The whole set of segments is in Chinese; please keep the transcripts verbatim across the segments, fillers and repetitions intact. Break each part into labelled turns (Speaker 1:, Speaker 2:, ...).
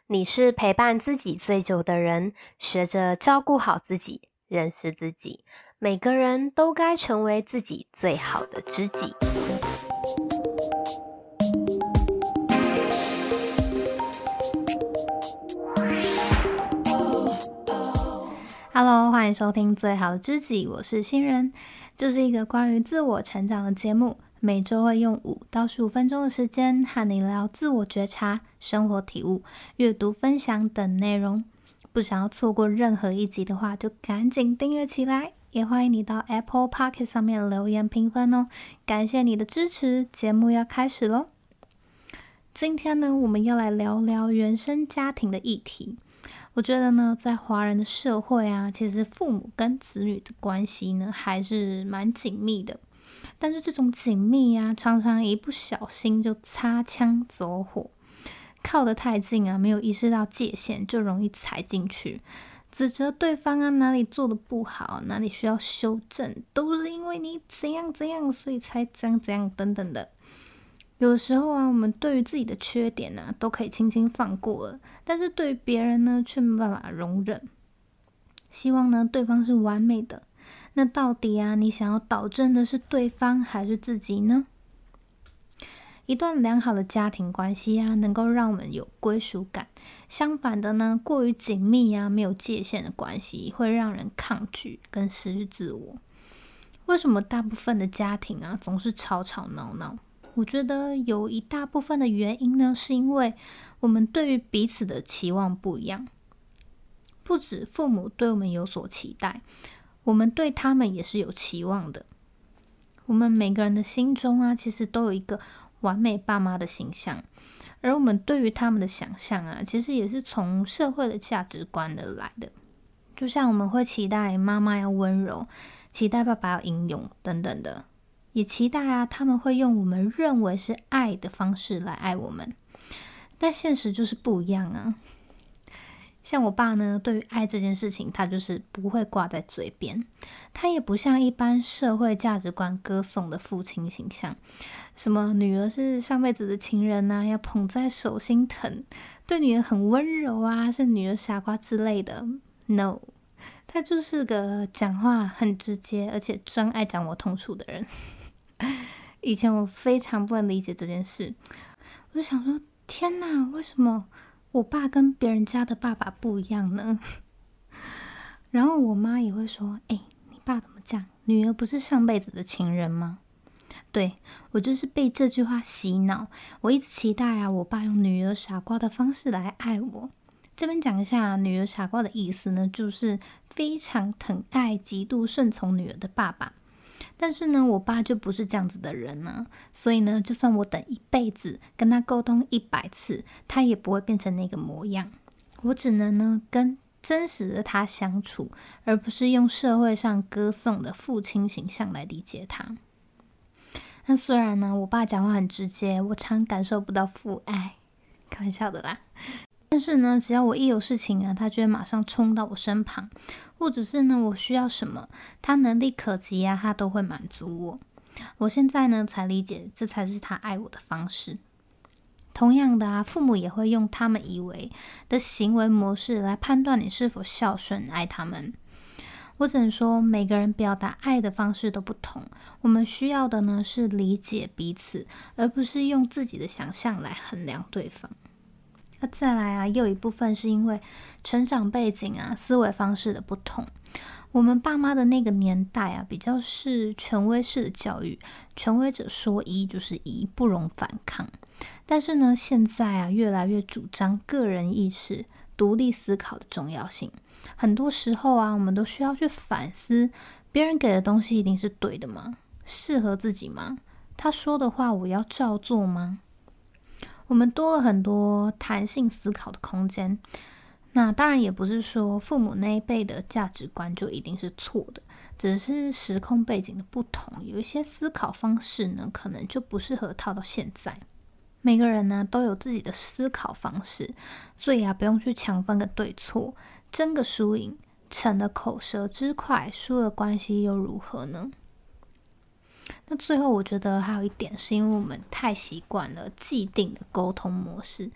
Speaker 1: 你是陪伴自己最久的人，学着照顾好自己，认识自己。每个人都该成为自己最好的知己。Hello， 欢迎收听最好的知己，我是新人，这是一个关于自我成长的节目，每周会用五到十五分钟的时间和你聊自我觉察、生活体悟、阅读分享等内容。不想要错过任何一集的话，就赶紧订阅起来，也欢迎你到 Apple Podcast 上面留言评分哦，感谢你的支持。节目要开始咯。今天呢，我们要来聊聊原生家庭的议题。我觉得呢，在华人的社会啊，其实父母跟子女的关系呢，还是蛮紧密的。但是这种紧密啊，常常一不小心就擦枪走火，靠得太近啊，没有意识到界限，就容易踩进去，指责对方啊哪里做的不好，哪里需要修正，都是因为你怎样怎样，所以才怎样怎样等等的。有的时候啊，我们对于自己的缺点啊，都可以轻轻放过了，但是对于别人呢，却没办法容忍。希望呢，对方是完美的。那到底啊，你想要导正的是对方还是自己呢？一段良好的家庭关系啊，能够让我们有归属感。相反的呢，过于紧密啊，没有界限的关系，会让人抗拒跟失去自我。为什么大部分的家庭啊，总是吵吵闹闹？我觉得有一大部分的原因呢，是因为我们对于彼此的期望不一样。不止父母对我们有所期待，我们对他们也是有期望的。我们每个人的心中啊，其实都有一个完美爸妈的形象，而我们对于他们的想象啊，其实也是从社会的价值观而来的。就像我们会期待妈妈要温柔，期待爸爸要英勇等等的，也期待啊他们会用我们认为是爱的方式来爱我们。但现实就是不一样啊。像我爸呢，对于爱这件事情，他就是不会挂在嘴边，他也不像一般社会价值观歌颂的父亲形象，什么女儿是上辈子的情人啊，要捧在手心疼，对女儿很温柔啊，是女儿傻瓜之类的。No， 他就是个讲话很直接，而且专爱讲我痛处的人。以前我非常不能理解这件事，我就想说，天哪，为什么我爸跟别人家的爸爸不一样呢？然后我妈也会说，哎、欸，你爸怎么这样？女儿不是上辈子的情人吗？对，我就是被这句话洗脑，我一直期待啊，我爸用女儿傻瓜的方式来爱我。这边讲一下女儿傻瓜的意思呢，就是非常疼爱、极度顺从女儿的爸爸。但是呢，我爸就不是这样子的人啊，所以呢，就算我等一辈子跟他沟通一百次，他也不会变成那个模样。我只能呢跟真实的他相处，而不是用社会上歌颂的父亲形象来理解他。那虽然呢，我爸讲话很直接，我常感受不到父爱，开玩笑的啦。但是呢，只要我一有事情啊，他就会马上冲到我身旁，或者是呢，我需要什么，他能力可及啊，他都会满足我。我现在呢，才理解这才是他爱我的方式。同样的啊，父母也会用他们以为的行为模式来判断你是否孝顺爱他们。我只能说，每个人表达爱的方式都不同，我们需要的呢是理解彼此，而不是用自己的想象来衡量对方。那再来啊，又有一部分是因为成长背景啊、思维方式的不同。我们爸妈的那个年代啊，比较是权威式的教育，权威者说一就是一，不容反抗。但是呢，现在啊，越来越主张个人意识、独立思考的重要性。很多时候啊，我们都需要去反思，别人给的东西一定是对的吗？适合自己吗？他说的话我要照做吗？我们多了很多弹性思考的空间。那当然也不是说父母那一辈的价值观就一定是错的，只是时空背景的不同，有一些思考方式呢，可能就不适合套到现在。每个人呢都有自己的思考方式，所以啊，不用去强分个对错，争个输赢，逞了口舌之快，输了关系又如何呢？那最后我觉得还有一点是因为我们太习惯了既定的沟通模式，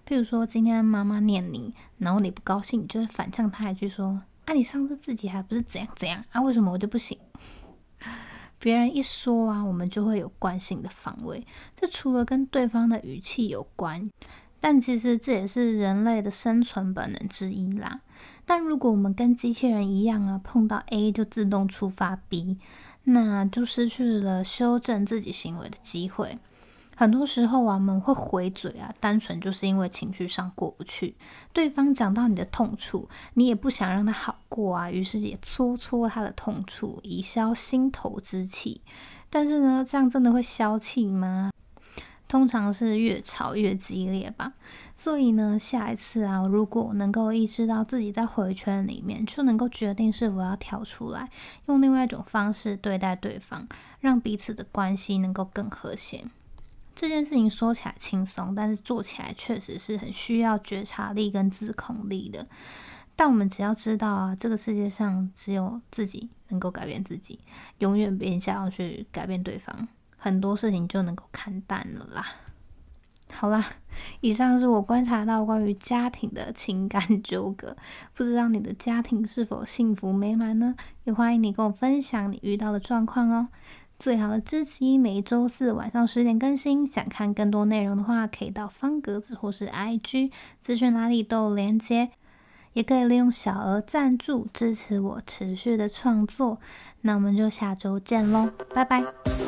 Speaker 1: 譬如说今天妈妈念你，然后你不高兴，你就会反呛她一句说，啊你上次自己还不是怎样怎样啊，为什么我就不行？别人一说啊，我们就会有惯性的防卫，这除了跟对方的语气有关，但其实这也是人类的生存本能之一啦。但如果我们跟机器人一样啊，碰到 A 就自动触发 B， 那就失去了修正自己行为的机会。很多时候啊，我们会回嘴啊，单纯就是因为情绪上过不去。对方讲到你的痛处，你也不想让他好过啊，于是也戳戳他的痛处，以消心头之气。但是呢，这样真的会消气吗？通常是越吵越激烈吧。所以呢，下一次啊，如果我能够意识到自己在回圈里面，就能够决定是否要跳出来，用另外一种方式对待对方，让彼此的关系能够更和谐。这件事情说起来轻松，但是做起来确实是很需要觉察力跟自控力的。但我们只要知道啊，这个世界上只有自己能够改变自己，永远别想要去改变对方，很多事情就能够看淡了啦。好啦，以上是我观察到关于家庭的情感纠葛，不知道你的家庭是否幸福美满呢？也欢迎你跟我分享你遇到的状况哦。最好的知己每周四晚上十点更新，想看更多内容的话，可以到方格子或是 I G， 资讯哪里都有连结，也可以利用小额赞助支持我持续的创作。那我们就下周见咯，拜拜。